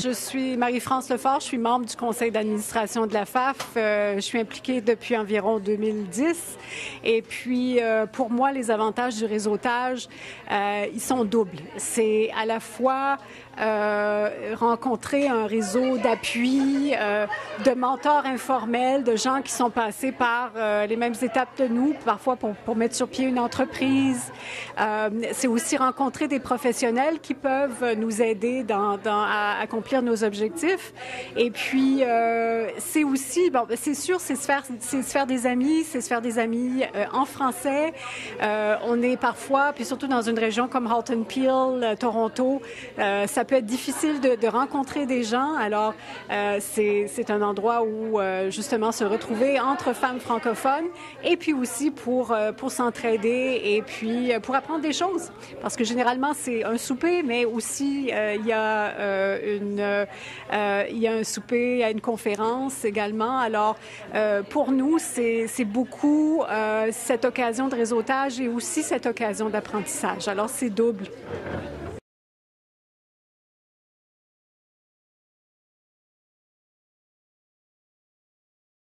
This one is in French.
je suis Marie-France Lefort, je suis membre du conseil d'administration de la FAF. Je suis impliquée depuis environ 2010. Et puis, pour moi, les avantages du réseautage, ils sont doubles. C'est à la fois rencontrer un réseau d'appui, de mentors informels, de gens qui sont passés par les mêmes étapes que nous, parfois pour mettre sur pied une entreprise. C'est aussi rencontrer des professionnels qui peuvent nous aider à accomplir nos objectifs. Et puis, c'est aussi, bon, c'est sûr, c'est se faire des amis, c'est se faire des amis en français. On est parfois, puis surtout dans une région comme Halton Peel, Toronto, ça peut être difficile de rencontrer des gens. Alors, c'est un endroit où, justement, se retrouver entre femmes francophones et puis aussi pour s'entraider et puis pour apprendre des choses. Parce que généralement, c'est un souper, mais aussi, il y a un souper, il y a une conférence également. Alors, pour nous, c'est beaucoup cette occasion de réseautage et aussi cette occasion d'apprentissage. Alors, c'est double.